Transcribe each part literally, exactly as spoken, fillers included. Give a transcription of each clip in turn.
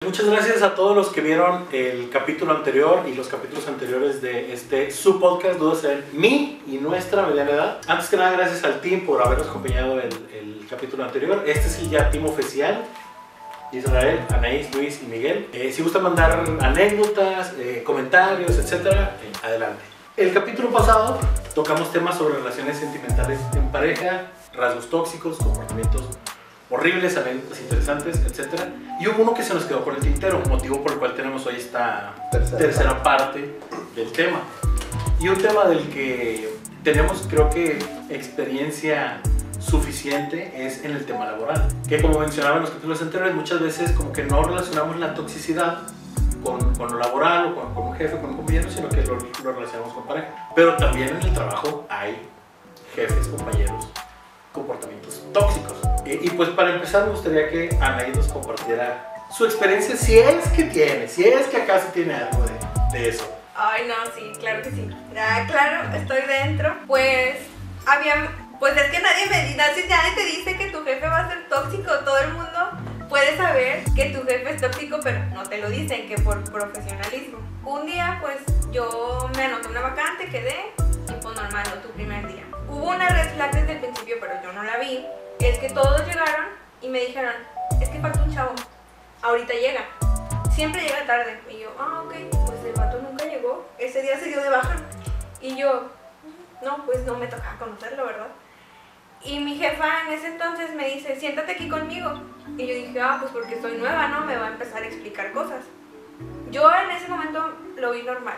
muchas gracias a todos los que vieron el capítulo anterior y los capítulos anteriores de este su podcast Dudas en mi y nuestra mediana edad. Antes que nada, gracias al team por habernos acompañado en el capítulo anterior. Este es el ya team oficial. Israel, Anaís, Luis y Miguel. Eh, si gustan mandar anécdotas, eh, comentarios, etcétera, eh, adelante. El capítulo pasado tocamos temas sobre relaciones sentimentales en pareja, rasgos tóxicos, comportamientos horribles, anécdotas interesantes, etcétera. Y hubo uno que se nos quedó por el tintero, motivo por el cual tenemos hoy esta tercera, tercera parte del tema. Y un tema del que tenemos, creo que, experiencia suficiente es en el tema laboral. Que como mencionaba en los capítulos anteriores, muchas veces como que no relacionamos la toxicidad con, con lo laboral o con, con un jefe, con un compañero, sino que lo, lo relacionamos con pareja. Pero también en el trabajo hay jefes, compañeros, comportamientos tóxicos. Y, y pues para empezar me gustaría que Anaí nos compartiera su experiencia, si es que tiene, si es que acaso tiene algo de, de eso. Ay, no, sí, claro que sí. Ya, claro, estoy dentro. Pues había, pues es que nadie me dice, nadie te dice que tu jefe va a ser tóxico. Todo el mundo puede saber que tu jefe es tóxico, pero no te lo dicen, que por profesionalismo. Un día, pues yo me anoté una vacante, quedé, y pues normal, no tu primer día. Hubo una red flag desde el principio, pero yo no la vi. Es que todos llegaron y me dijeron, es que falta un chavo, ahorita llega, siempre llega tarde. Y yo, ah, ok, pues el vato nunca llegó, ese día se dio de baja. Y yo, no, pues no me tocaba conocerlo, ¿verdad? Y mi jefa en ese entonces me dice, siéntate aquí conmigo. Y yo dije, ah, pues porque soy nueva, ¿no? Me va a empezar a explicar cosas. Yo en ese momento lo vi normal.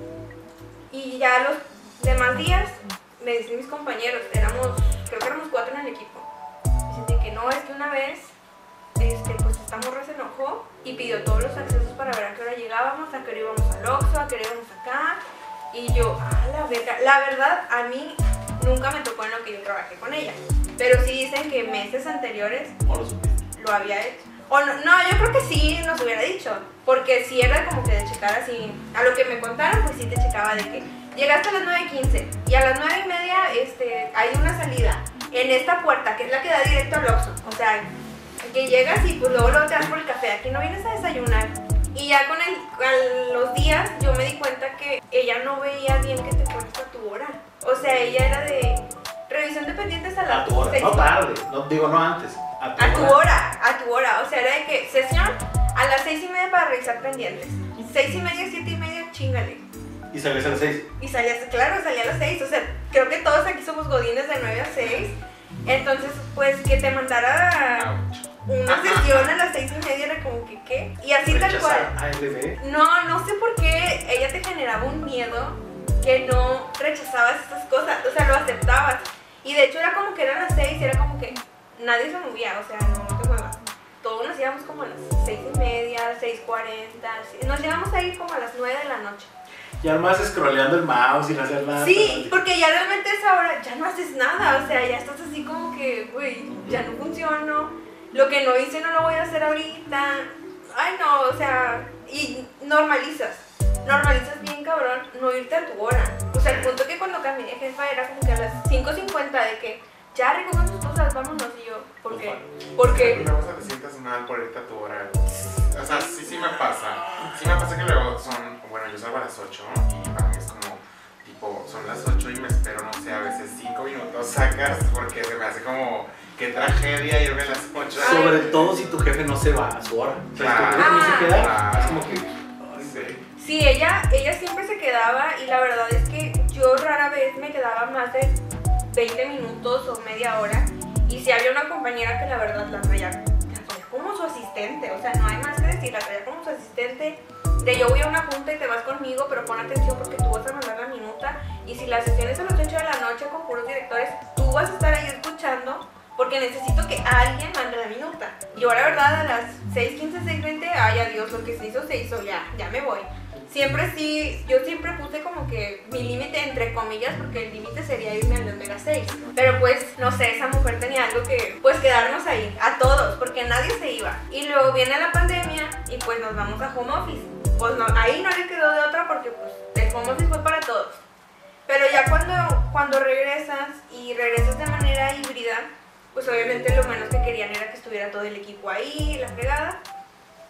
Y ya los demás días me dicen mis compañeros, éramos, creo que éramos cuatro en el equipo. Dicen que no, es que una vez, este, pues esta morra se enojó y pidió todos los accesos para ver a qué hora llegábamos, a qué hora íbamos al Oxxo, a qué hora íbamos acá. Y yo, ah, la verga. La verdad, a mí nunca me tocó en lo que yo trabajé con ella. Pero sí dicen que meses anteriores ¿O lo supiste? Lo había hecho. O no, no, yo creo que sí nos hubiera dicho. Porque si era como que de checar así, a lo que me contaron, pues sí te checaba de que llegaste a las nueve quince y a las nueve y media este, hay una salida en esta puerta, que es la que da directo al Oxxo. O sea, que llegas y pues luego, luego te das por el café. Aquí no vienes a desayunar. Y ya con el, a los días yo me di cuenta que ella no veía bien que te pones a tu hora. O sea, ella era de revisión de pendientes a las A tu hora, seis. no tarde, no, digo no antes. A tu, a tu hora, a tu hora. O sea, era de que sesión a las seis y media para revisar pendientes. Seis y media, siete y media, chingale. Y salías a las seis. Y salías, claro, salía a las seis. O sea, creo que todos aquí somos godines de nueve a seis. Entonces, pues que te mandara una sesión a las seis y media era como que, ¿qué? Y así tal cual. A L B. No, no sé por qué ella te generaba un miedo que no rechazabas estas cosas. O sea, lo aceptabas. Y de hecho era como que eran las seis, era como que nadie se movía, o sea, no, no te muevas. Todos nos íbamos como a las seis y media, seis cuarenta. Nos íbamos a ir como a las nueve de la noche. Y además scrolleando el mouse sin hacer nada. Sí, porque ya realmente a esa hora ya no haces nada, o sea, ya estás así como que, güey, ya no funciono, lo que no hice no lo voy a hacer ahorita. Ay no, o sea, y normalizas, normalizas bien cabrón no irte a tu hora. O sea, el punto que cuando cambié de jefa era como que a las cinco cincuenta de que ya recogen tus cosas, vámonos. Y yo, ¿por qué? ¿Por qué? Una cosa te sientas mal por irte a tu hora. O sea, sí, sí me pasa. Sí me pasa que luego son, bueno, yo salgo a las ocho y para mí es como, tipo, son las ocho y me espero, no sé, a veces cinco minutos sacas porque se me hace como, qué tragedia irme a las ocho. Sobre todo si tu jefe no se va a su hora. O sea, si tu jefe no se queda, Claro. es como que... Sí. Sí, ella, ella siempre se quedaba y la verdad es que yo rara vez me quedaba más de veinte minutos o media hora. Y si había una compañera que la verdad la traía, la traía como su asistente, o sea, no hay más que decir, la traía como su asistente. De yo voy a una junta y te vas conmigo, pero pon atención porque tú vas a mandar la minuta. Y si la sesión es a las ocho de la noche con puros directores, tú vas a estar ahí escuchando porque necesito que alguien mande la minuta. Yo la verdad a las seis quince, seis veinte, ay adiós, lo que se hizo, se hizo, ya, ya me voy. Siempre sí, yo siempre puse como que mi límite entre comillas, porque el límite sería irme al Omega seis. Pero pues, no sé, esa mujer tenía algo que, pues quedarnos ahí, a todos, porque nadie se iba. Y luego viene la pandemia y pues nos vamos a home office. Pues no, ahí no le quedó de otra porque pues el home office fue para todos. Pero ya cuando, cuando regresas y regresas de manera híbrida, pues obviamente lo menos que querían era que estuviera todo el equipo ahí, la fregada.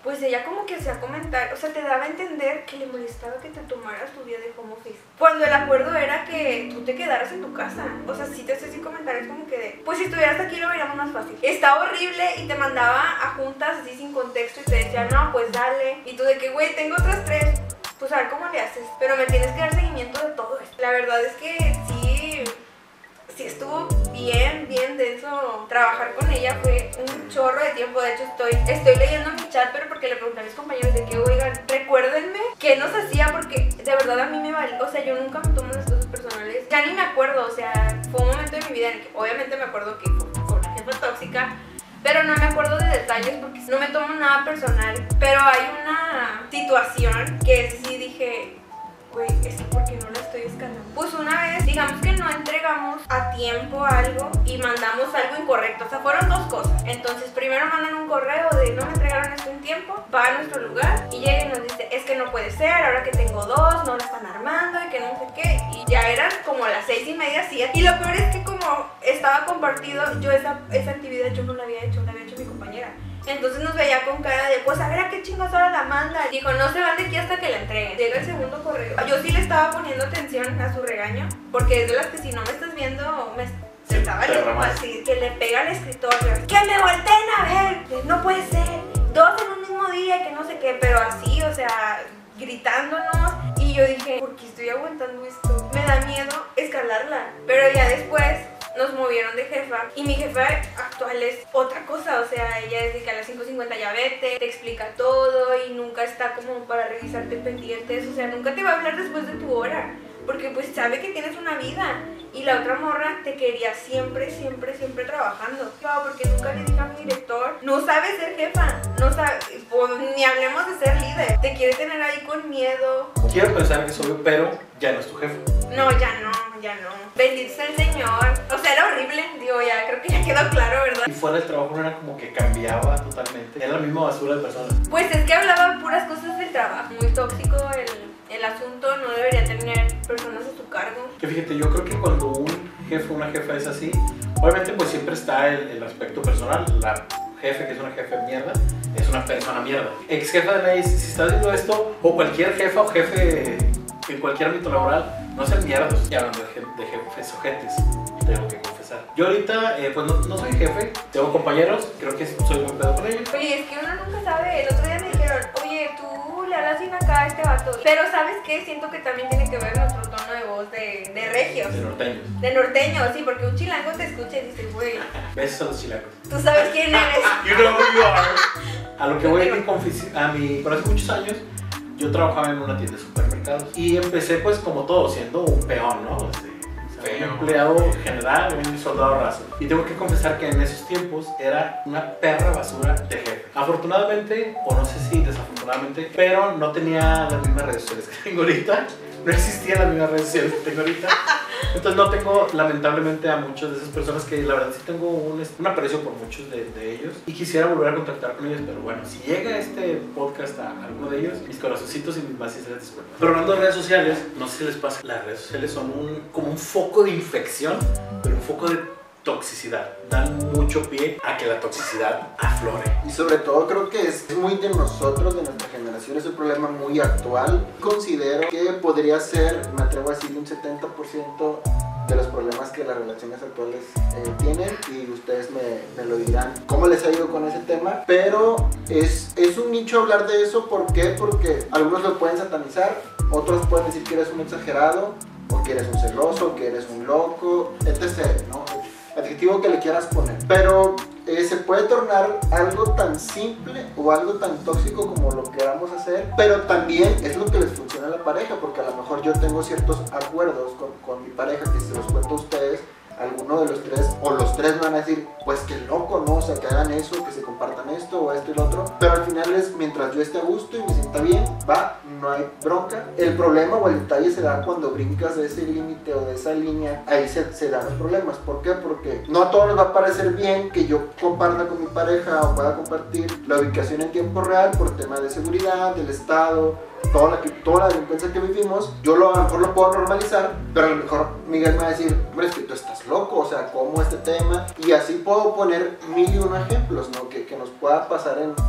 pues ella como que hacía comentarios, o sea, te daba a entender que le molestaba que te tomaras tu día de home office. Cuando el acuerdo era que tú te quedaras en tu casa. O sea, sí te hacía así comentarios como que de, pues si estuvieras aquí lo veríamos más fácil. Estaba horrible y te mandaba a juntas así sin contexto y te decía, no, pues dale. Y tú de que, güey, tengo otras tres, pues a ver cómo le haces. Pero me tienes que dar seguimiento de todo esto. La verdad es que sí, sí estuvo bien, bien denso trabajar con ella. Fue un chorro de tiempo. De hecho, estoy, estoy leyendo mi chat, pero porque le pregunté a mis compañeros de que, oigan, recuérdenme qué nos hacía, porque de verdad a mí me vale. O sea, yo nunca me tomo las cosas personales. Ya ni me acuerdo, o sea, fue un momento de mi vida en el que obviamente me acuerdo que fue, fue una jefa tóxica, pero no me acuerdo de detalles porque no me tomo nada personal. Pero hay una situación que sí dije, güey, es que ¿por qué no la estoy escalando? Pues una vez, digamos que no entregamos a tiempo algo y mandamos algo incorrecto. O sea, fueron dos cosas. Entonces, primero mandan un correo de no me entregaron esto en tiempo, va a nuestro lugar y llega y nos dice, es que no puede ser, ahora que tengo dos, no la están armando y que no sé qué. Y ya eran como las seis y media, siete. Y lo peor es que como estaba compartido, yo esa, esa actividad yo no la había hecho, la había hecho mi compañera. Entonces nos veía con cara de, pues a ver a qué chingos ahora la manda. Dijo, no se van de aquí hasta que la entreguen. Llega el segundo correo. Yo sí le estaba poniendo atención a su regaño, porque es de las que si no me estás viendo, me se estaba yendo así, que le pega al escritorio. ¡Que me volteen a ver! No puede ser. Dos en un mismo día, que no sé qué, pero así, o sea, gritándonos. Y yo dije, ¿por qué estoy aguantando esto? Me da miedo escalarla. Pero ya después nos movieron de jefa y mi jefa actual es otra cosa, o sea, ella es de que a las cinco cincuenta ya vete, te explica todo y nunca está como para revisarte pendientes, o sea, nunca te va a hablar después de tu hora, porque pues sabe que tienes una vida. Y la otra morra te quería siempre, siempre, siempre trabajando. No, porque nunca le dije a mi director, no sabe ser jefa, no sabe, pues, ni hablemos de ser líder. Te quiere tener ahí con miedo. Quiero pensar que es obvio, pero ya no es tu jefe. No, ya no, ya no. Bendito sea el Señor. O sea, era horrible, digo, ya creo que ya quedó claro, ¿verdad? Y fuera del trabajo no era como que cambiaba totalmente. Era la misma basura de personas. Pues es que hablaba puras cosas del trabajo. Muy tóxico el, el asunto, no debería tener personas a su cargo. Que fíjate, yo creo que cuando un jefe o una jefa es así, obviamente pues siempre está el, el aspecto personal. La jefe que es una jefe mierda, es una persona mierda. Ex jefa de ley, si estás viendo esto, o cualquier jefa o jefe en cualquier ámbito laboral, no sean mierdos. Y hablando de, je de jefes ojetes, tengo que confesar. Yo ahorita, eh, pues no, no soy jefe, tengo compañeros, creo que soy buen pedo con ellos. Oye, es que uno nunca sabe. El otro día me dijeron, oye, tú le hablas bien acá a este vato. Pero ¿sabes qué? Siento que también tiene que ver nuestro tono de voz de, de regios. De norteños. De norteños, sí, porque un chilango te escucha y dice, güey, Besos a los chilangos. tú sabes quién eres. You know who you are. A lo que voy a mi confesión, a mi, por hace muchos años, yo trabajaba en una tienda de supermercados y empecé pues como todo, siendo un peón, ¿no? Este, o sea, un empleado general, un soldado raso. Y tengo que confesar que en esos tiempos era una perra basura de jefe. Afortunadamente, o no sé si desafortunadamente, pero no tenía las mismas redes sociales que tengo ahorita. No existían las mismas redes sociales que tengo ahorita. Entonces no tengo lamentablemente a muchas de esas personas que la verdad sí tengo un, un aprecio por muchos de, de ellos y quisiera volver a contactar con ellos, pero bueno, si llega este podcast a alguno de ellos, mis corazoncitos y mis más sinceras disculpas. Pero hablando de redes sociales, no sé si les pasa, las redes sociales son un, como un foco de infección, pero un foco de toxicidad. Dan mucho pie a que la toxicidad aflore. Y sobre todo creo que es muy de nosotros, de nuestra generación, es un problema muy actual. Considero que podría ser, me atrevo a decir, un setenta por ciento de los problemas que las relaciones actuales eh, tienen, y ustedes me, me lo dirán cómo les ha ido con ese tema. Pero es, es un nicho hablar de eso. ¿Por qué? Porque algunos lo pueden satanizar, otros pueden decir que eres un exagerado, o que eres un celoso, que eres un loco, etcétera, ¿no? Adjetivo que le quieras poner, pero eh, se puede tornar algo tan simple o algo tan tóxico como lo queramos hacer, pero también es lo que les funciona a la pareja, porque a lo mejor yo tengo ciertos acuerdos con, con mi pareja que se los cuento a ustedes, alguno de los tres o los tres me van a decir, pues qué loco, ¿no? O sea, que hagan eso, que se compartan esto o esto y lo otro, pero al final es mientras yo esté a gusto y me sienta bien, va, no hay bronca. El problema o el detalle se da cuando brincas de ese límite o de esa línea, ahí se, se dan los problemas. ¿Por qué? Porque no a todos les va a parecer bien que yo comparta con mi pareja o pueda compartir la ubicación en tiempo real por tema de seguridad, del estado, toda la, toda la delincuencia que vivimos. Yo lo, a lo mejor lo puedo normalizar, pero a lo mejor Miguel me va a decir, hombre, es que tú estás loco, o sea, ¿cómo este tema? Y así puedo poner mil y uno ejemplos, ¿no? Que, que nos pueda pasar en,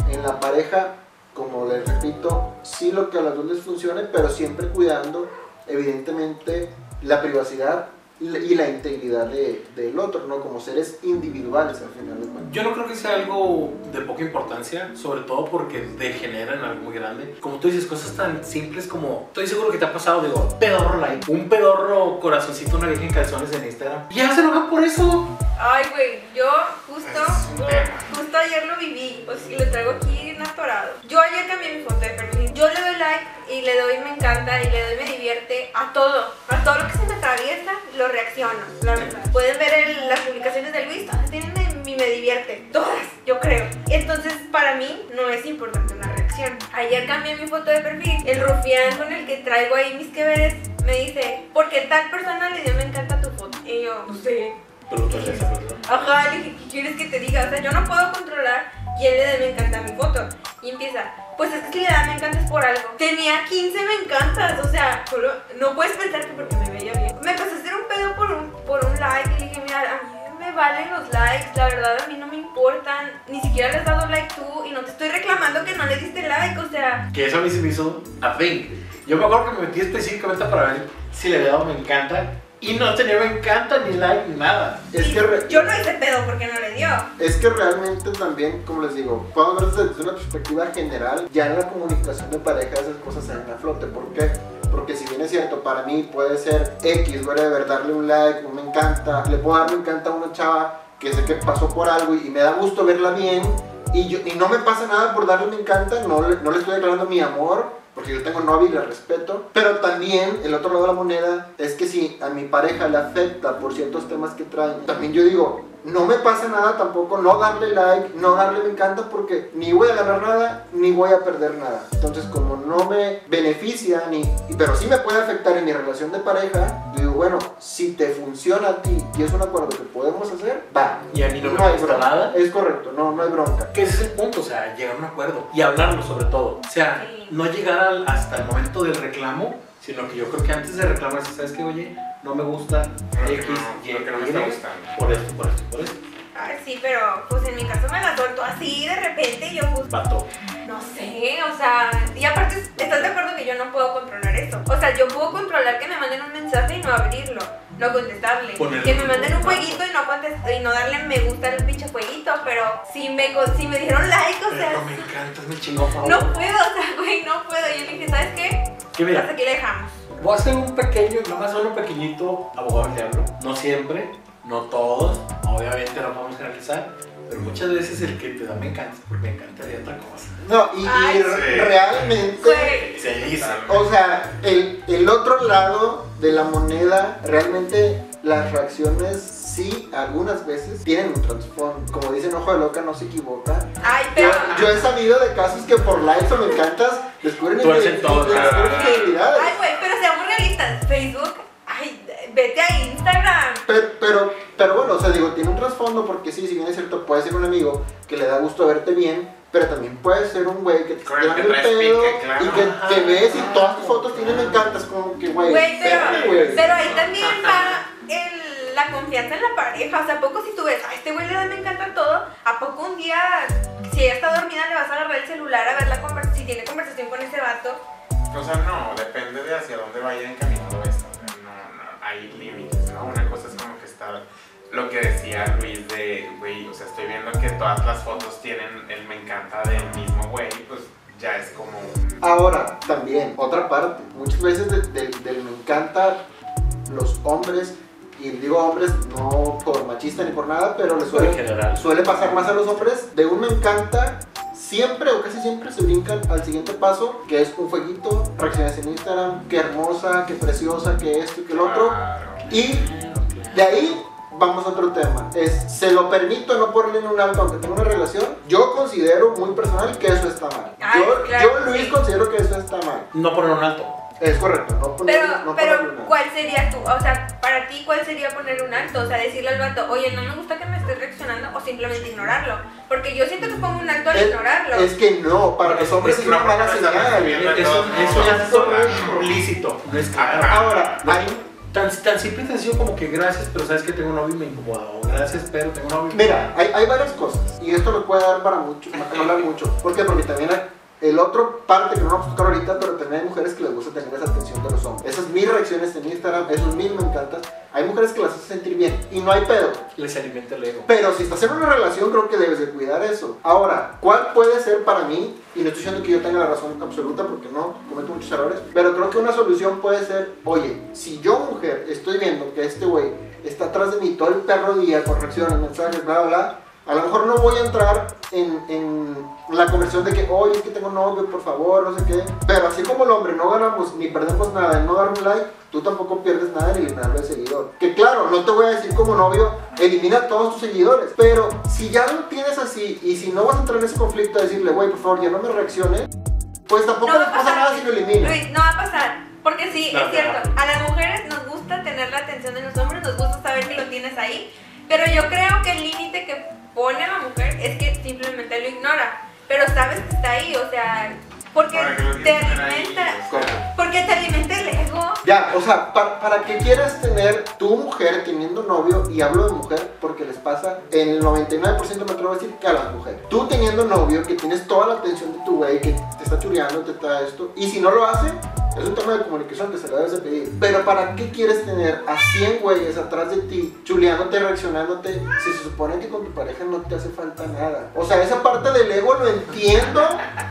en la pareja, como les repito, sí lo que a las dos les funcione, pero siempre cuidando, evidentemente, la privacidad y la integridad de, del otro, ¿no? Como seres individuales al final de cuentas. Yo no creo que sea algo de poca importancia, sobre todo porque degenera en algo muy grande. Como tú dices, cosas tan simples como, estoy seguro que te ha pasado, digo, pedorro like, un pedorro corazoncito, una vieja en calzones en Instagram. Ya se enojan por eso. Ay, güey, yo justo, Es un tema. justo ayer lo viví, pues, y lo traigo aquí en atorado. Yo ayer cambié mi foto de perfil. Yo le doy like y le doy me encanta y le doy me divierte a todo. A todo lo que se me atraviesa, lo reacciono, la verdad. Pueden ver el- las publicaciones de Luis, todas tienen mi me divierte. Todas, yo creo. Entonces, para mí, no es importante una reacción. Ayer cambié mi foto de perfil. El rufián con el que traigo ahí mis que veres me dice, ¿por qué tal persona le dio me encanta a tu foto? Y yo, no sé. Pero tú haces eso, ¿verdad? Ajá, le dije, ¿qué quieres que te diga? O sea, yo no puedo controlar quién le dé me encanta a mi foto. Y empieza, pues es que si le da me encanta es por algo. Tenía quince me encantas, o sea, solo, no puedes pensar que porque me veía bien. Me empezó a hacer un pedo por un, por un like y le dije, mira, a mí me valen los likes, la verdad a mí no me importan. Ni siquiera le has dado like tú y no te estoy reclamando que no le diste like, o sea. Que eso a mí se me hizo a thing. Yo me acuerdo que me metí específicamente para ver si le había dado me encanta y no tenía me encanta, ni like, ni nada. Es y que re- yo no hice pedo porque no le dio. Es que realmente también, como les digo, podemos ver desde una perspectiva general, ya en la comunicación de pareja esas cosas salen a flote. ¿Por qué? Porque si bien es cierto, para mí puede ser X, whatever, darle un like, un me encanta, le puedo dar me encanta a una chava que sé que pasó por algo y, y me da gusto verla bien y, yo, y no me pasa nada por darle me encanta, no le, no le estoy declarando mi amor, porque yo tengo novia y la respeto. Pero también el otro lado de la moneda es que si a mi pareja le afecta por ciertos temas que traen, también yo digo, no me pasa nada tampoco no darle like, no darle me encanta, porque ni voy a ganar nada, ni voy a perder nada. Entonces, como no me beneficia, ni, pero sí me puede afectar en mi relación de pareja, yo digo, bueno, si te funciona a ti y es un acuerdo que podemos hacer, va. Y a mí no me hay gusta bronca. nada. Es correcto, no, no hay bronca. Que ese es el punto, o sea, llegar a un acuerdo y hablarlo sobre todo. O sea, Sí. no llegar al- hasta el momento del reclamo, sino que yo creo que antes de reclamar, ¿sabes qué? Oye, no me gusta Lo que X, no- Y, lo que no me Y, está gustando. por esto, por esto, por esto. Ay, sí, pero pues en mi caso me la soltó así de repente y yo pues Vato. no sé, o sea, y aparte, ¿estás de acuerdo que yo no puedo controlar eso? O sea, yo puedo controlar que me manden un mensaje y no abrirlo, no contestarle. Ponerle Que me un manden un vato. jueguito y no contestar y no darle me gusta al pinche jueguito, pero si me, con- si me dieron like, o sea, Pero me encanta, es mi chingón favorito. no puedo, o sea, güey, no puedo. Y yo le dije, ¿sabes qué? Que mira, Hasta aquí le dejamos. voy a hacer un pequeño, nomás solo un pequeñito abogado del diablo. No siempre, no todos, obviamente no podemos generalizar, pero muchas veces el que te da me encanta, porque me encantaría otra cosa. No, y, y Ay, re- sí. realmente... Güey. Se dice. O sea, el, el otro lado de la moneda, realmente las reacciones sí, algunas veces tienen un trasfondo. Como dicen, ojo de loca no se equivoca. Ay, Yo, pero. yo he sabido de casos que por likes o me encantas descubren Tú hacen infidel- todo, descubren ah. infidelidades. Ay, güey, pero seamos realistas. Facebook, ay, vete a Instagram. Pero, pero, pero bueno, o sea, digo, tiene un trasfondo porque sí, si bien es cierto, puede ser un amigo que le da gusto verte bien, pero también puede ser un güey que te Con está el que dando el traes pedo pique, claro. y que te ves y todas tus fotos tienen me encantas, como que güey, Güey, pero, espérame, güey. pero ahí también va el, la confianza en la pareja. O sea, ¿a poco si tú ves, a este güey le da me encanta todo? ¿A poco un día, si ella está dormida, le vas a agarrar el celular a ver la conversación, si tiene conversación con ese vato? O sea, no, depende de hacia dónde vaya encaminado esto. O sea, no, no, hay límites, ¿no? Una cosa es como que está lo que decía Luis de, güey, o sea, estoy viendo que todas las fotos tienen el me encanta del mismo güey, pues ya es como un... Ahora, también, otra parte, muchas veces de- de- del me encanta los hombres, y digo hombres no por machista ni por nada, pero les En suele, general. suele pasar más a los hombres, de un me encanta, siempre o casi siempre se brincan al siguiente paso, que es un fueguito, reacciones en Instagram, qué hermosa, qué preciosa, qué esto y qué el otro, Claro. y de ahí vamos a otro tema, es, se lo permito no ponerle en un alto aunque tenga una relación, yo considero muy personal que eso está mal, Ay, yo, claro, yo Luis sí. considero que eso está mal. No poner un alto. Es correcto, no ponerle, Pero, no ponerle pero, nada. ¿cuál sería tú? O sea, para ti, ¿cuál sería poner un alto? O sea, decirle al vato, oye, no me gusta que me estés reaccionando, o simplemente ignorarlo. Porque yo siento que pongo un alto al Es- ignorarlo. Es que no, para Es- los hombres es es que una no, mala porque no estamos señal. viendo- Eso, eso ya es correcto. implícito, no es claro. Ajá. Ahora, hay, tan, tan simple y sencillo como que gracias, pero sabes que tengo un novio y me incomoda. O gracias, pero tengo un novio. Mira, hay, hay varias cosas. Y esto lo puede dar para mucho, para hablar mucho. ¿Por qué? Porque también hay el otro parte que no vamos a tocar ahorita, pero también hay mujeres que les gusta tener esa atención de los hombres. Esas mil reacciones en Instagram, esos mil me encantan. Hay mujeres que las hacen sentir bien y no hay pedo. Les alimenta el ego. Pero si estás en una relación, creo que debes de cuidar eso. Ahora, ¿cuál puede ser para mí? Y no estoy diciendo que yo tenga la razón absoluta porque no, cometo muchos errores. Pero creo que una solución puede ser, oye, si yo, mujer, estoy viendo que este güey está atrás de mí todo el perro día con reacciones, mensajes, bla, bla, bla, a lo mejor no voy a entrar en, en la conversación de que, oye, es que tengo novio, por favor, no sé qué. Pero así como el hombre no ganamos ni perdemos nada en no dar un like, tú tampoco pierdes nada en eliminarlo de seguidor. Que claro, no te voy a decir como novio, elimina a todos tus seguidores. Pero si ya lo tienes así y si no vas a entrar en ese conflicto de decirle, güey, por favor, ya no me reacciones, pues tampoco No les va a pasa pasar. nada si lo eliminas. Luis, no va a pasar. Porque sí, No, es cierto, no. a las mujeres nos gusta tener la atención de los hombres, nos gusta saber que lo tienes ahí, pero yo creo que el límite que pone la mujer es que simplemente lo ignora, pero sabes que está ahí, o sea, porque Para que lo te tienes que tener ahí, alimenta, o sea. porque te alimenta el ego. Ya, o sea, ¿para, ¿para qué quieres tener tu mujer teniendo novio? Y hablo de mujer porque les pasa, en el noventa y nueve por ciento me atrevo a decir que a las mujeres. Tú teniendo novio, que tienes toda la atención de tu güey, que te está chureando, te está esto, y si no lo hace, es un tema de comunicación que se le debes de pedir. Pero ¿para qué quieres tener a cien güeyes atrás de ti, chuleándote, reaccionándote, si se supone que con tu pareja no te hace falta nada? O sea, esa parte del ego lo entiendo.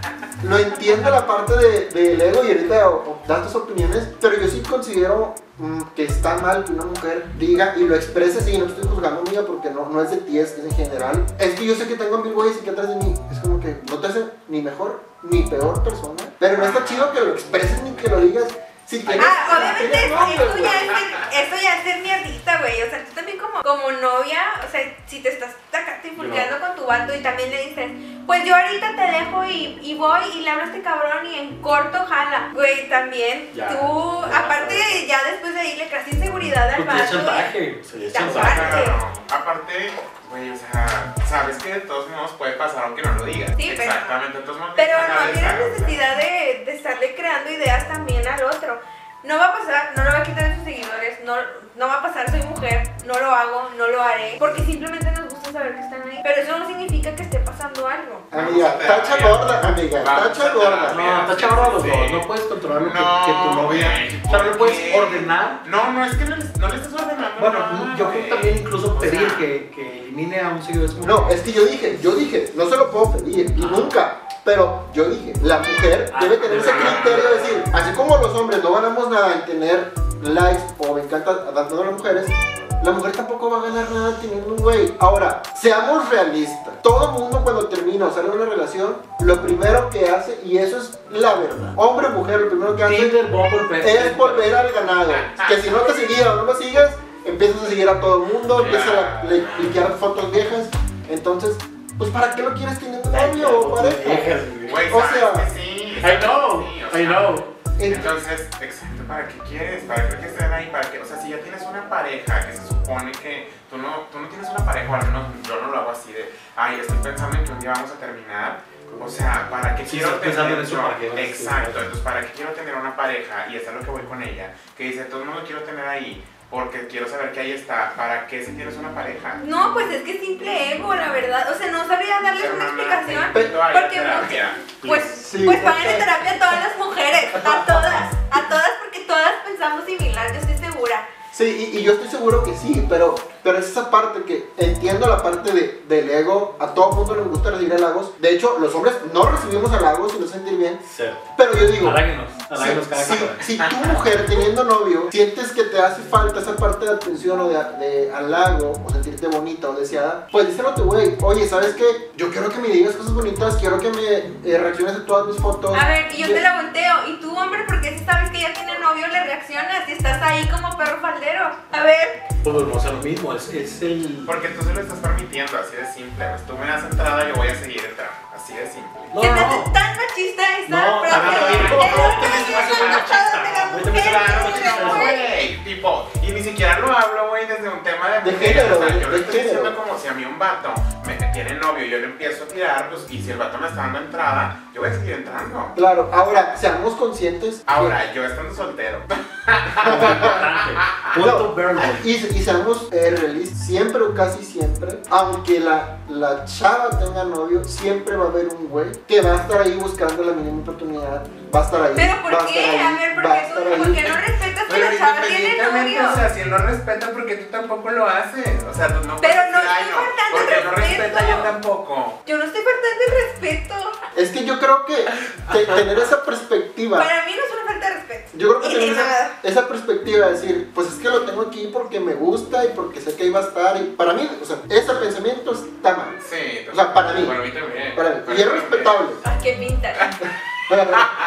Lo entiendo la parte de, del ego y ahorita o, o, das tus opiniones, pero yo sí considero mm, que está mal que una mujer diga y lo exprese así, no estoy juzgando amiga porque no, no es de ti, es, es en general. Es que yo sé que tengo mil güeyes aquí atrás de mí, es como que no te hace ni mejor ni peor persona, pero no está chido que lo expreses ni que lo digas. Si tienes, Ah, obviamente tienes novio, esto, güey. ya es ser, esto ya es ser mierdita, güey. O sea, tú también como, como novia, o sea, si te estás acá trifulqueando con tu vato y también le dices, pues yo ahorita te dejo y, y voy y le hablo a este cabrón y en corto jala. Güey, también Ya, tú, ya, aparte ya. ya después de ahí le creas inseguridad al Porque es vato. chantaje. O sea, es Ya, chantaje. aparte. Claro, aparte, güey, o sea, sabes que de todos modos puede pasar aunque no lo digas. Sí, pero- Exactamente, de todos modos. Pero tienes que no dejar de tienes estar, o sea. necesidad de, de estarle creando ideas también al otro. No va a pasar, no lo va a quitar de sus seguidores, no, no va a pasar, soy mujer, no lo hago, no lo haré, porque simplemente nos gusta saber que están ahí. Pero eso no significa que esté pasando algo. Amiga, tacha gorda, amiga, Vamos tacha a gorda. terapia. No, está chavarro los Sí. dos. No puedes controlar lo que, No, que tu novia. güey, O sea, no le ¿por puedes qué? ordenar. No, no, es que no le, no le estás ordenando. Bueno, nada, yo creo que güey. también incluso O pedir sea, que, que elimine a un seguidor es como. No, es que yo dije, yo dije, no se lo puedo pedir, y nunca. Pero yo dije, la mujer Ah, debe tener ese ah. criterio de decir, así como los hombres no ganamos nada en tener likes o me encanta dando a las mujeres, la mujer tampoco va a ganar nada teniendo un güey. Ahora, seamos realistas. Todo mundo cuando termina o sale de una relación, lo primero que hace, y eso es la verdad, hombre o mujer, lo primero que hace Tinder, Bumble, es volver al ganado. Que si no te seguías o no lo sigas, empiezas a seguir a todo el mundo, empiezas a li- liquear fotos viejas. Entonces, pues ¿para qué lo quieres teniendo novio o pareja? Viejas, güey. Güey, O sabes sea, que sí. I sabes know, que sí, o I sea, know. Entonces, exacto, ¿para qué quieres? ¿Para qué estén ahí? ¿Para qué? O sea, si ya tienes una pareja que se supone que tú no, tú no tienes una pareja, o al menos yo no lo hago así de, ay, estoy pensando en que un día vamos a terminar. O sea, ¿para qué Sí, quiero estás pensando tener en eso, yo? ¿para qué? Exacto, entonces, ¿para qué quiero tener una pareja? Y eso es lo que voy con ella, que dice, todo el mundo quiero tener ahí, porque quiero saber que ahí está. ¿Para qué si tienes una pareja? No, pues es que es simple ego, la verdad. O sea, no sabría darles una Hermana, explicación. te invito a ir a Porque terapia. Pues, Sí, pues ok. pagan en terapia a todas las mujeres, a todas, a todas porque todas pensamos similar, yo estoy segura. Sí, y, y yo estoy seguro que sí, pero, pero es esa parte que entiendo la parte de, del ego. A todo mundo le gusta recibir halagos. De hecho, los hombres no recibimos halagos y nos sentir bien. Cero. Pero yo digo, Aláguenos, si, aláguenos cada si, cosa. si tu mujer teniendo novio sientes que te hace falta esa parte de atención o de, de halago o sentirte bonita o deseada, pues díselo a tu güey. Oye, ¿sabes qué? Yo quiero que me digas cosas bonitas, quiero que me eh, reacciones a todas mis fotos. A ver, y yo Yo- te la volteo, y tú, hombre, porque si sabes que ya tiene novio, le reaccionas y estás ahí como perro faldero. A ver, Pues volvemos a lo mismo, es, es el. Porque tú se lo estás permitiendo, así de simple. Pues tú me das entrada, yo voy a seguir entrando. Así de simple. No, se me no. hace tan machista esta No, frase. a ver, a ver, El ¿cómo- cómo hombre te me hace es muy la machista? patada de la Ahorita me hace mujer, la- güey. Güey, tipo, y ni siquiera lo hablo, güey, desde un tema de De mujeres, género, o sea, de- yo lo de estoy diciendo género. como si a mí un vato me tiene novio y yo le empiezo a tirar, pues, y si el vato me está dando entrada, yo voy a seguir entrando. Claro, ahora, seamos conscientes. que- Ahora, yo estando soltero, Muy importante. Punto Burn. Y, y seamos eh, realistas, siempre o casi siempre, aunque la, la chava tenga novio, siempre va a haber un güey que va a estar ahí buscando la mínima oportunidad, va a estar ahí. Pero ¿por va a qué? estar ahí, A ver, ¿por va a qué, estar tú, ahí. ¿por qué no respetas que Pero la chava tiene independientemente, novio? o sea, si él no respeta, porque tú tampoco lo haces. O sea, tú no Pero puedes no decir, "Ay, estoy faltando porque el no respeto". respeta, yo tampoco. Yo no estoy faltando el respeto. Es que yo creo que te- tener esa perspectiva, Para mí no es una falta de respeto. yo creo que Y tener de esa, nada. esa perspectiva de decir, pues es que lo tengo aquí porque me gusta y porque sé que ahí va a estar. Y para mí, o sea, ese pensamiento está mal. Sí, O sea, para mí. Para mí también. Para mí. Para Y es mí también. respetable. Ay, qué pinta. Pero,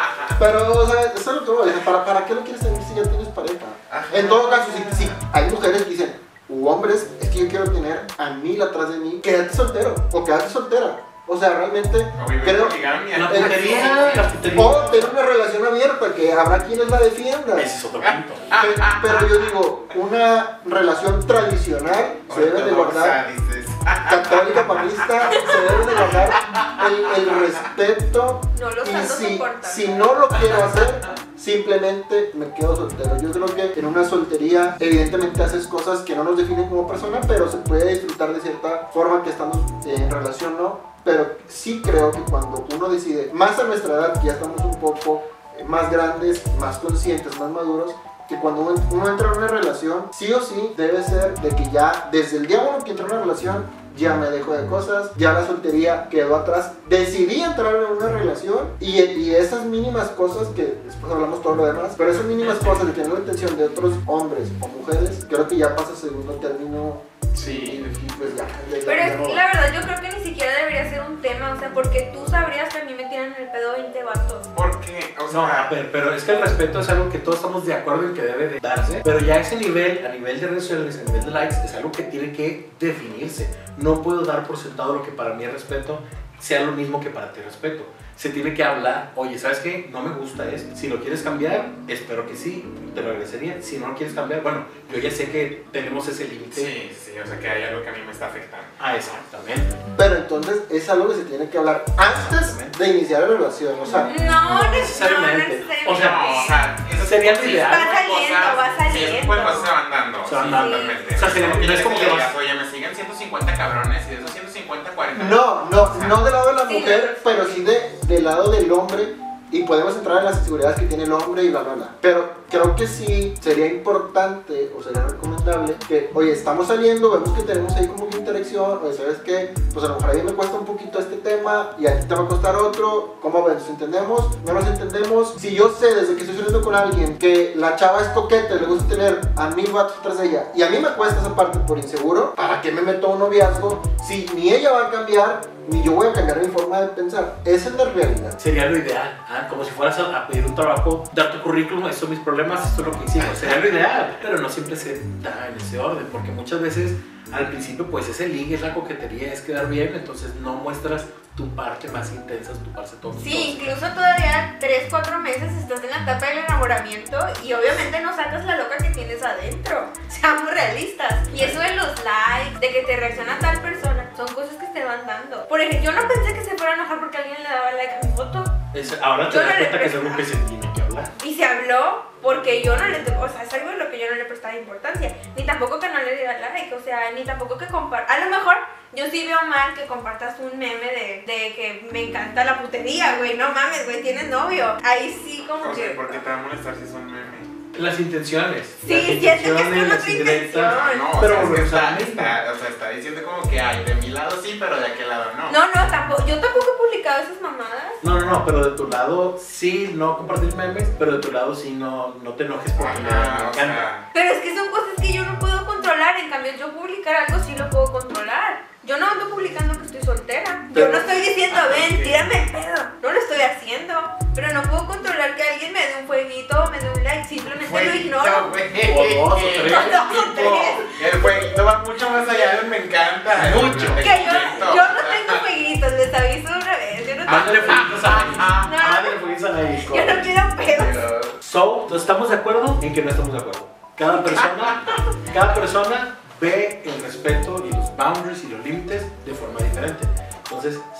pero, o sea, eso es lo que voy a decir. ¿Para, ¿Para qué lo quieres tener si ya tienes pareja? Ajá. En todo caso, si, si hay mujeres que dicen, u hombres, es que yo quiero tener a mil atrás de mí, quédate soltero o quédate soltera. O sea, realmente O vive creo. en poligamia. La el- putería, la putería. O tener una relación abierta, que habrá quienes la defiendan. Ese es otro punto. Pe- Pero yo digo, una relación tradicional se debe de guardar, Ortodoxa, dices. católica, papista, se debe de guardar el, el respeto. No lo Y estás si, soportando. si no lo quiero hacer, simplemente me quedo soltero. Yo creo que en una soltería, evidentemente haces cosas que no nos definen como persona, pero se puede disfrutar de cierta forma que estamos en relación, ¿no? Pero sí creo que cuando uno decide, más a nuestra edad, que ya estamos un poco eh, más grandes, más conscientes, más maduros, que cuando uno, uno entra en una relación, sí o sí debe ser de que ya desde el día uno que entra en una relación, ya me dejo de cosas, ya la soltería quedó atrás, decidí entrar en una relación y, y esas mínimas cosas que después hablamos todo lo demás, pero esas mínimas cosas de tener la atención de otros hombres o mujeres, creo que ya pasa a segundo término. Sí. Y pues ya, ya- ya- Pero ya es no que va. la verdad yo creo que ni siquiera debería ser un tema, o sea, porque tú sabrías que a mí me tiran el pedo veinte vatos. Porque, o No, sea, pero, pero es que el respeto es algo que todos estamos de acuerdo en que debe de darse, pero ya ese nivel, a nivel de redes sociales, a nivel de likes, es algo que tiene que definirse. No puedo dar por sentado lo que para mí es respeto sea lo mismo que para ti es respeto. Se tiene que hablar, oye, ¿sabes qué? No me gusta esto. Si lo quieres cambiar, espero que sí, te lo agradecería. Si no lo quieres cambiar, bueno, yo ya sé que tenemos ese límite. sí, sí, o sea que hay algo que a mí me está afectando. Ah, exactamente. Pero entonces es algo que se tiene que hablar antes de iniciar la relación, o sea, No, necesariamente. necesariamente. No, O sea, No, o sea, eso sería sí, lo ideal. esas Va saliendo, cosas- va Sí, saliendo. esas cosas se van dando. Se van sí, dando. totalmente. O sea, sería- no no es es como como que que vas- digas, oye, me siguen ciento cincuenta cabrones y de esos ciento cincuenta, cuarenta. no, no, no del lado de la Sí, mujer, no. pero sí de, del lado del hombre. Y podemos entrar en las inseguridades que tiene el hombre y bla, bla, bla. Pero creo que sí sería importante o sería recomendable que, oye, estamos saliendo, vemos que tenemos ahí como una interacción, oye, ¿sabes qué? Pues a lo mejor a mí me cuesta un poquito este tema y a ti te va a costar otro. ¿Cómo ves? ¿Nos entendemos? ¿No nos entendemos? Si yo sé desde que estoy saliendo con alguien que la chava es coqueta y le gusta tener a mil vatos tras de ella y a mí me cuesta esa parte por inseguro, ¿para qué me meto a un noviazgo si ni ella va a cambiar ni yo voy a cambiar mi forma de pensar? Esa es la realidad. Sería lo ideal, ¿ah? Como si fueras a, a pedir un trabajo, dar tu currículum, estos son mis problemas, esto es lo que hicimos. Sería lo ideal, pero no siempre se da en ese orden, porque muchas veces al principio pues es el ligue, es la coquetería, es quedar bien, entonces no muestras tu parte más intensa, tu parte tóxica. Sí, incluso todavía tres, cuatro meses estás en la etapa del enamoramiento y obviamente no sacas la loca que tienes adentro. Seamos realistas. Y eso de los likes, de que te reacciona tal persona, son cosas que te van dando. Por ejemplo, yo no pensé que se fuera a enojar porque alguien le daba like a mi foto. Es- ahora te Yo das no le cuenta que es presto algo que se tiene que hablar. Y se habló porque yo no le, o sea, es algo de lo que yo no le prestaba importancia. Ni tampoco que no le diera like, o sea, ni tampoco que compartas. A lo mejor yo sí veo mal que compartas un meme de, de que me encanta la putería, güey. No mames, güey, tienes novio. Ahí sí como O sea, que... ¿por qué te va a molestar si es un meme? Las intenciones. Sí, las siento que es intenciones, con las otra indirectas. intención. No, Pero o sea, es que volvemos a está, lo mismo. está, o sea, está diciendo como que, ay, de mi lado sí, pero de aquel lado no. No, no, tampoco. Yo tampoco he publicado esas mamadas. No, no, no, pero de tu lado sí no compartir memes, pero de tu lado sí no, no te enojes porque me, me Ajá, o encanta. sea, Pero es que son cosas que yo no puedo controlar. En cambio, yo publicar algo sí lo puedo controlar. Yo no ando publicando que estoy soltera. Yo Pero- no estoy diciendo, Ah, ven, ok. tírame el pedo. No lo estoy haciendo. Pero no puedo controlar que alguien me dé un fueguito o me dé un like. Simplemente lo fueguito, ignoro. güey. O dos, o tres. O dos, o tres. El fueguito va mucho más allá del me encanta. Mucho. Que yo, yo no tengo fueguitos, les aviso una vez. Yo no, Mándale tengo, fueguitos a Nayib. No. Mándale fueguitos a Nayib. yo no quiero pedos. Pero, So, entonces, ¿estamos de acuerdo en que no estamos de acuerdo? Cada persona, cada persona ve el respeto y los boundaries y los límites de forma diferente. Entonces, se tiene que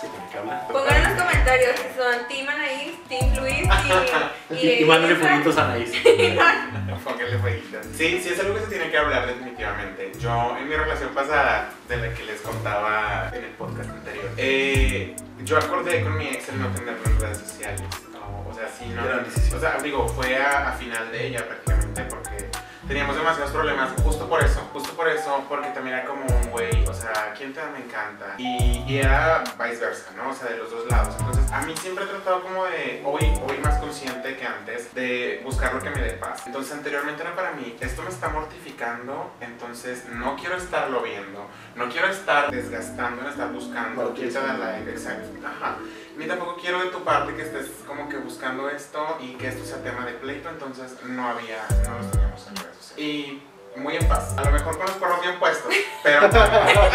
hablar. Pongan en los comentarios si son Team Anaís, Team Luis y... Y, y mándale fueguitos a Anaís. Póngale fueguitos. Sí, sí, es algo que se tiene que hablar definitivamente. Yo, en mi relación pasada, de la que les contaba en el podcast anterior, eh, yo acordé con mi ex el no tenerlo en redes sociales. No, o sea, sí, no. O sea, digo, fue a, a final de ella prácticamente porque teníamos demasiados problemas justo por eso, justo por eso, porque también era como un güey, o sea, ¿quién te da? Me encanta. Y, y era viceversa, ¿no? O sea, de los dos lados. Entonces, a mí siempre he tratado como de, hoy, hoy más consciente que antes, de buscar lo que me dé paz. Entonces, anteriormente era para mí, esto me está mortificando, entonces no quiero estarlo viendo, no quiero estar desgastando en estar buscando quién te da like, exacto. Ajá. Ni tampoco quiero de tu parte que estés como que buscando esto y que esto sea tema de pleito, entonces no había, no los teníamos en redes sociales. Y muy en paz, a lo mejor con los cuernos bien puestos, pero... Pero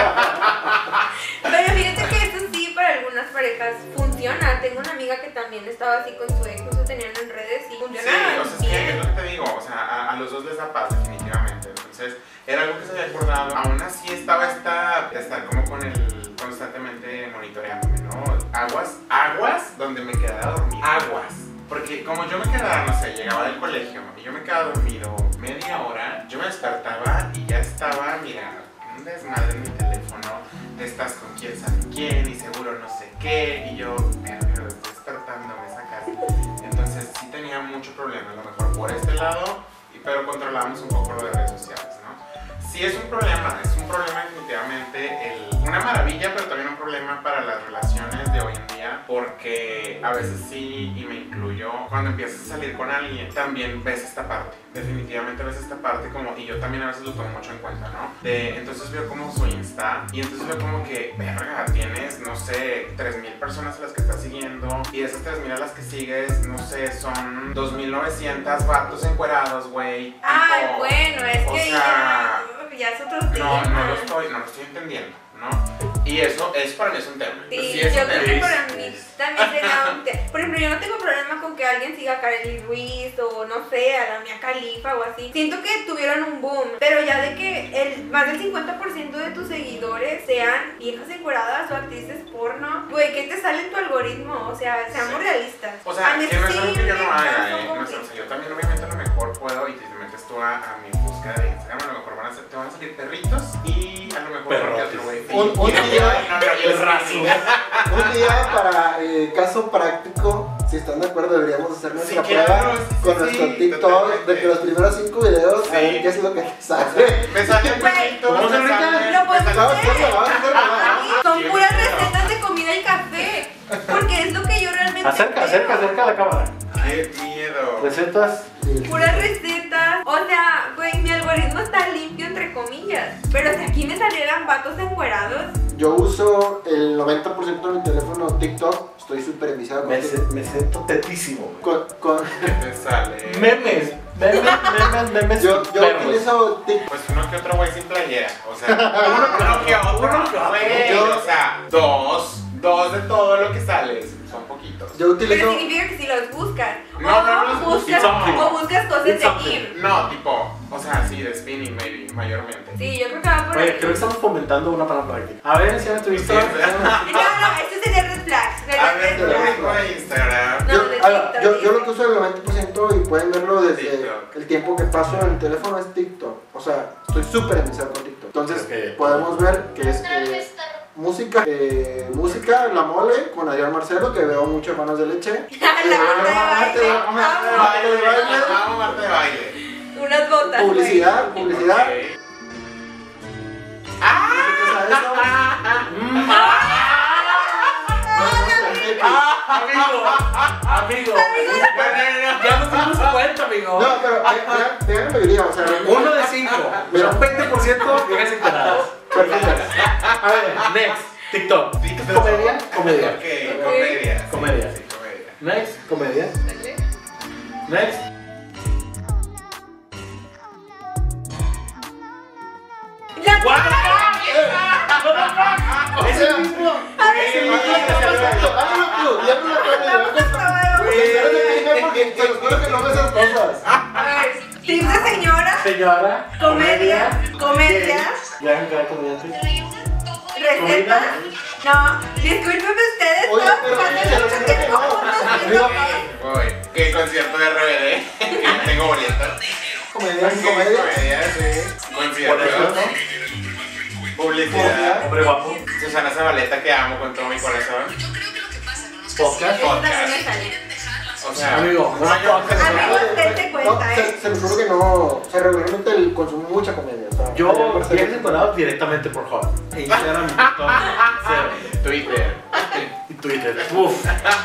fíjate que eso sí, para algunas parejas funciona. Tengo una amiga que también estaba así con su ex, no se tenían en redes y Sí, funcionaba. o sea, es que es lo que te digo, o sea, a, a los dos les da paz definitivamente, entonces era algo que se había acordado. Aún así estaba esta, estar como con el, constantemente monitoreándome, ¿no? Aguas, aguas donde me quedaba dormido, aguas. Porque como yo me quedaba, no sé, llegaba del colegio y yo me quedaba dormido media hora, yo me despertaba y ya estaba, mira, un desmadre en mi teléfono, de estás con quién sabe quién y seguro no sé qué, y yo, pero estoy despertando, me sacas. Entonces sí tenía mucho problema, a lo mejor por este lado, pero controlábamos un poco lo de redes sociales, ¿no? Sí es un problema, es un problema definitivamente, el, una maravilla, pero también un problema para las relaciones de hoy en día, porque a veces sí, y me incluyo, cuando empiezas a salir con alguien, también ves esta parte, definitivamente ves esta parte como, y yo también a veces lo tomo mucho en cuenta, ¿no? De, entonces veo como su Insta, y entonces veo como que, verga, tienes, no sé, tres mil personas a las que estás siguiendo, y de esas tres mil a las que sigues, no sé, son dos mil novecientos vatos encuerados, güey. Ay, tipo, bueno, es o que sea, ya, ya es otro tema. no, no lo estoy, no lo estoy entendiendo, ¿no? Y eso, es para mí es un tema. Sí, Sí es yo un creo tema. que para mí también sería un tema. Por ejemplo, yo no tengo problema con que alguien siga a Karely Ruiz o no sé, a la Mia Khalifa o así. Siento que tuvieron un boom, pero ya de que el, más del cincuenta por ciento de tus seguidores sean viejas encueradas o actrices porno, güey, ¿qué te sale en tu algoritmo? O sea, seamos Sí. realistas. O sea, A mí que no es sí algo que yo no me haga, causa eh. un No sé, o conflicto. sea, yo también obviamente a lo mejor puedo, y si te metes tú a, a mi búsqueda de Instagram, a lo mejor van a ser, te van a salir perritos y a lo mejor Perrotes. otro güey. Un- un Y no, día- no, no, yo les Perrazo. Un día para eh, caso práctico, si están de acuerdo, deberíamos hacer nuestra Sí, claro, prueba sí, con sí, nuestro sí, TikTok totalmente. de que los primeros cinco videos, a Sí. ver qué es lo que te sale. Me salen Güey, perritos, ¿vamos me ahorita? salen- Lo me podemos salen- Vamos a hacerlo, vamos a hacerlo, vamos. Son Yo puras quiero. recetas de comida y café. Porque es lo que yo realmente Acerca, creo. acerca, acerca a la cámara. Qué miedo. Recetas. Puras recetas. O sea, güey, mi algoritmo está limpio entre comillas. Pero si aquí me salieran vatos encuerados. Yo uso el noventa por ciento de mi teléfono TikTok, estoy súper enviciado con Me, TikTok. se- me siento tetísimo. Con, con- ¿Qué te sale? Memes. Memes, memes, memes. yo yo perros. utilizo TikTok. Pues uno que otro güey sin playera, o sea, uno que otro, Uno que otro. güey, Yo- o sea, dos, dos de todo lo que sale, son poquitos. Yo Pero utilizo. significa que si los buscas. No, o no los busques. buscas, Something. o buscas cosas It's de something. Kim. No, tipo, o sea, sí, de spinning, maybe, mayormente. Sí, yo creo que va por Oye, ahí. creo que estamos fomentando una mala práctica. A ver, enséñame tu Sí, Instagram. o sea, No, no, esto sería red flags. sería a ver, red tu flags. ritmo de Instagram. No, Yo, de a ver, TikTok, yo, yo lo dice. que uso el noventa por ciento y pueden verlo desde TikTok. el tiempo que paso en el teléfono es TikTok. O sea, estoy súper enviciado con TikTok. Entonces, Ok. podemos ver que es eh, música, eh, música, la mole con Adrián Marcelo, que veo mucho Hermanos de Leche. La Marta de baile. Vamos a Marta de baile, vamos a Marta de baile. Unas botas. güey. Publicidad, publicidad. Ok. ¿Qué es eso? Mm, Amigo, amigo. Ya nos dimos cuenta, amigo. No, pero ve- vean, vean la mayoría, o sea, Uno de cinco. Pero un veinte por ciento viejas encueradas. perfecto. A ver, next. TikTok. TikTok. Comedia. Comedia. Ok, comedia. sí, Comedia. Sí, comedia. Next. Comedia. Dale. Next. La What the fuck? Es el mismo. Es el mismo, perfecto. Hazlo tú, y hazlo tú, amigo. Vamos Porque te los juro que no ves esas cosas. a ver, tips de señora, Señora. comedia, comedia, Ya, cada comediante. recetas, No, discúlpenme ustedes, Oye, todos pero pasan se lo mucho juro que tiempo no. juntos viendo Amigo, cosas. Voy. ¿Qué concierto de R B D? Que no tengo boletos. Comedia, ¿Qué comedia. comedia? Sí. Conciertos. Publicidad. Hombre guapo. Susana Zabaleta, que amo con todo mi corazón. Podcast. Eso también me sale. O sea, Amigo, un año antes de Amigos, nada. dense No, cuenta, se, ¿eh? se los juro que no. O sea, regularmente el consumo mucha comedia. O sea, Yo allá en Barcelona- bien decorado directamente por Hot. Instagram, TikTok, cero. Twitter. Y Twitter. Uf.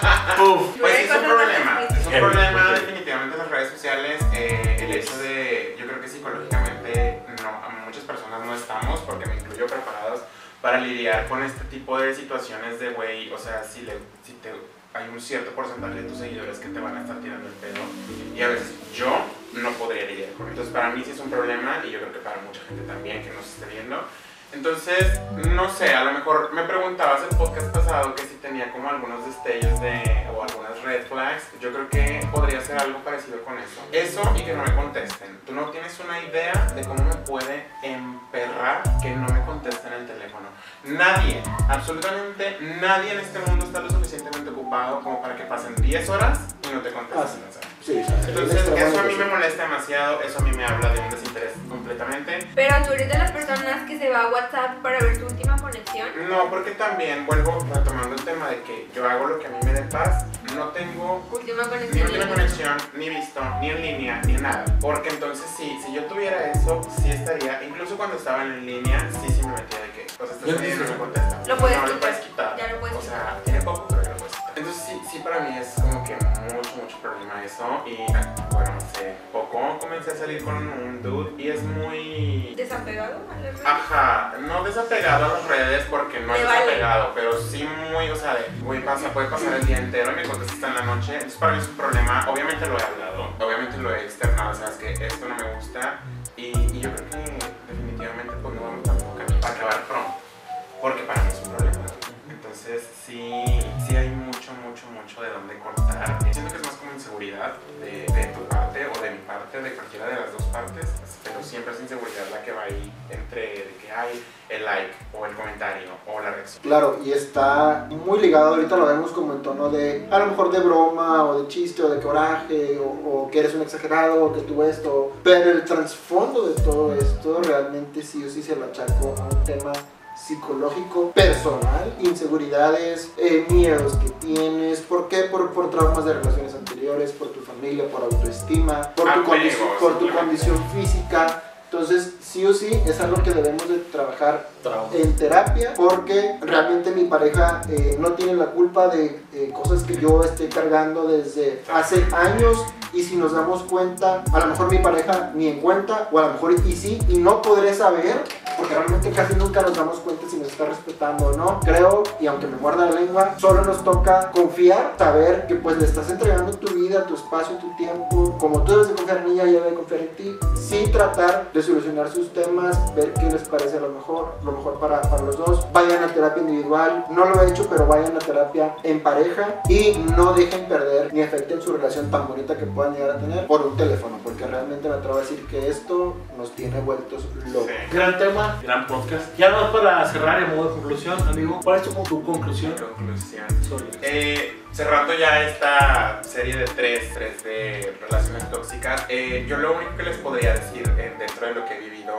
Uf. Pues sí, es un problema. Es un Heavy, problema heavy. definitivamente las redes sociales. eh, el hecho de, yo creo que psicológicamente no, muchas personas no estamos, porque me incluyo, preparados para lidiar con este tipo de situaciones de güey, o sea, si, le, si te, hay un cierto porcentaje de tus seguidores que te van a estar tirando el pedo y a veces yo no podría lidiar con eso. Entonces para mí sí es un problema y yo creo que para mucha gente también que nos esté viendo. Entonces, no sé, a lo mejor me preguntabas el podcast pasado que si tenía como algunos destellos de, o algunas red flags. Yo creo que podría ser algo parecido con eso. Eso y que no me contesten. Tú no tienes una idea de cómo me puede emperrar que no me contesten el teléfono. Nadie, absolutamente nadie en este mundo está lo suficientemente ocupado como para que pasen diez horas y no te contesten Ah, sí. el mensaje. Sí, o sea, Entonces, es eso a mí me extremadamente- molesta demasiado, eso a mí me habla de un desinterés completamente. Pero tú eres de las personas que se va a WhatsApp para ver su última conexión. No, porque también vuelvo retomando el tema de que yo hago lo que a mí me dé paz, no tengo Última ni conexión. última conexión, ni visto, ni en línea, ni nada. Porque entonces sí, si yo tuviera eso, sí estaría, incluso cuando estaba en línea, sí, sí me metía de que, o sea, estás Yo en línea y no sí. me contesta. Lo puedes no, quitar. lo puedes quitar. Ya lo puedes O quitar. sea, tiene poco, pero ya lo puedes quitar. Entonces sí, sí para mí es como que mucho, mucho problema eso. Y bueno, hace poco comencé a salir con un dude y es muy... ¿Desapegado a las redes? Ajá, no desapegado a las redes porque no es Te vale. desapegado, pero sí muy, o sea, de, güey, pasa, puede pasar el día entero y me contestas en la noche. Entonces para mí es un problema, obviamente lo he hablado, obviamente lo he externado, sabes que esto no me gusta y, y yo creo que definitivamente pues no vamos tampoco a acabar pronto, porque para mí es un problema. Entonces sí, sí hay mucho, mucho, mucho de dónde cortar. Siento que es más como inseguridad de, de tu parte o de mi parte, de cualquiera de las dos partes, pero siempre es inseguridad la que va ahí entre de que hay el like o el comentario o la reacción. Claro, y está muy ligado, ahorita lo vemos como en tono de, a lo mejor de broma, o de chiste, o de coraje, o, o que eres un exagerado, o que tú esto, pero el trasfondo de todo esto realmente sí o sí se lo achaco a un tema psicológico, personal, inseguridades, eh, miedos que tienes, ¿por qué? Por, por traumas de relaciones anteriores, por tu familia, por autoestima, por tu, Apego, condición, por tu simplemente. condición física. Entonces, sí o sí, es algo que debemos de trabajar Trauma. en terapia, porque realmente mi pareja eh, no tiene la culpa de eh, cosas que yo esté cargando desde hace años, y si nos damos cuenta, a lo mejor mi pareja ni en cuenta, o a lo mejor y sí, y no podré saber, porque realmente casi nunca nos damos cuenta si nos está respetando o no. Creo, y aunque me muerda la lengua, solo nos toca confiar, saber que pues le estás entregando tu vida, tu espacio, tu tiempo, como tú debes de confiar en ella, ella debe confiar en ti, sí tratar de solucionar sus temas, ver qué les parece a lo mejor, lo mejor para, para los dos. Vayan a terapia individual, no lo he hecho, pero vayan a terapia en pareja y no dejen perder ni afecten su relación tan bonita que puedan llegar a tener por un teléfono, porque realmente me atrevo a decir que esto nos tiene vueltos locos. Sí. Gran tema, gran podcast. Ya más para cerrar en modo de conclusión, amigo, ¿cuál es tu, tu conclusión? Conclusión. Sobre esto? Eh, cerrando ya esta serie de tres, tres de relaciones tóxicas, eh, yo lo único que les podría decir eh, dentro de lo que he vivido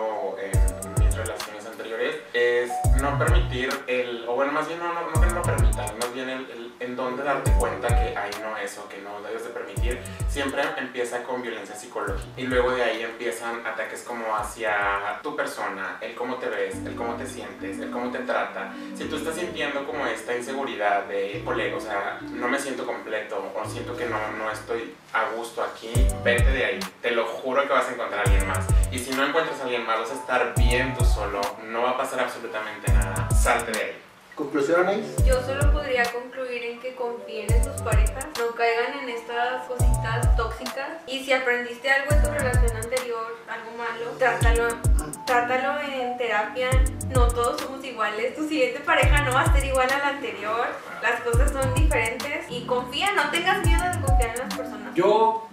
en mis relaciones anteriores es no permitir el, o bueno, más bien no, no, no que no lo permitan, más bien el, el, en dónde darte cuenta que hay no eso, que no debes de permitir. Siempre empieza con violencia psicológica y luego de ahí empiezan ataques como hacia tu persona, el cómo te ves, el cómo te sientes, el cómo te trata. Si tú estás sintiendo como esta inseguridad de, ole, o sea, no me siento completo o siento que no, no estoy a gusto aquí, vete de ahí. Te lo juro que vas a encontrar a alguien más. Y si no encuentras a alguien más, vas a estar bien tú solo, no va a pasar absolutamente nada. Salte de ahí. ¿Conclusiones? Yo solo podría concluir en que confíen en sus parejas, no caigan en estas cositas tóxicas, y si aprendiste algo en tu relación anterior, algo malo, trátalo, trátalo en terapia. No todos somos iguales, tu siguiente pareja no va a ser igual a la anterior, las cosas son diferentes y confía, no tengas miedo de confiar en las personas. Yo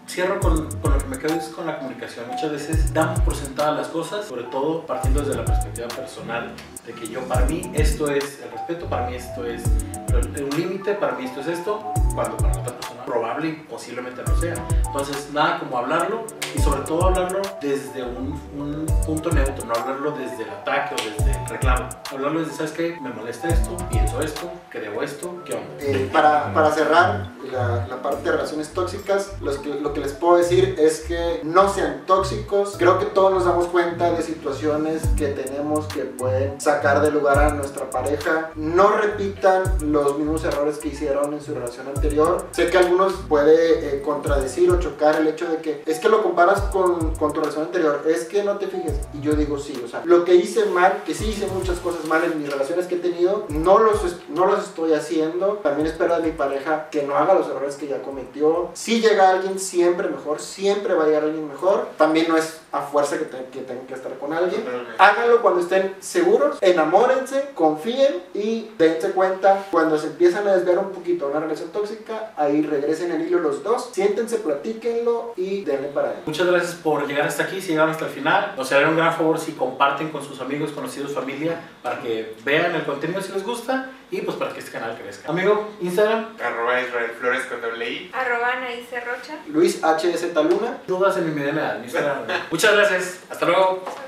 cierro con, con lo que me quedo es con la comunicación. Muchas veces damos por sentadas las cosas, sobre todo partiendo desde la perspectiva personal, de que yo, para mí esto es el respeto, para mí esto es un límite, para mí esto es esto, cuando para otra persona probable y posiblemente no sea. Entonces nada como hablarlo, y sobre todo hablarlo desde un, un punto neutro, no hablarlo desde el ataque o desde el reclamo, hablarlo desde, ¿sabes qué? Me molesta esto, pienso esto, que debo esto, ¿qué onda? Eh, para, para cerrar la, la parte de relaciones tóxicas, los que, lo que les puedo decir es que no sean tóxicos. Creo que todos nos damos cuenta de situaciones que tenemos que pueden sacar de lugar a nuestra pareja. No repitan los mismos errores que hicieron en su relación anterior. Sé que a algunos puede eh, contradecir o chocar el hecho de que es que lo comparas con, con tu relación anterior, es que no te fijes. Y yo digo sí, o sea, lo que hice mal, que sí hice muchas cosas mal en mis relaciones que he tenido, no los, no los estoy haciendo. También espero de mi pareja que no haga los errores que ya cometió. Si llega alguien siempre mejor, siempre va a llegar alguien mejor. También no es a fuerza que, te, que tengan que estar con alguien. Háganlo cuando estén seguros, enamórense, confíen y dense cuenta cuando se empiezan a desviar un poquito una relación tóxica, ahí regresen el hilo los dos, siéntense, platíquenlo y denle para él. Muchas gracias por llegar hasta aquí, si llegaron hasta el final. Nos haría un gran favor si comparten con sus amigos, conocidos, familia, para que vean el contenido si les gusta y pues para que este canal crezca. Amigo, Instagram. Arroba Israel Flores con doble I. Arroba Anaís Rocha. Luis H S Taluna. Dudas en mi mediana edad, mi Instagram. Muchas gracias, hasta luego.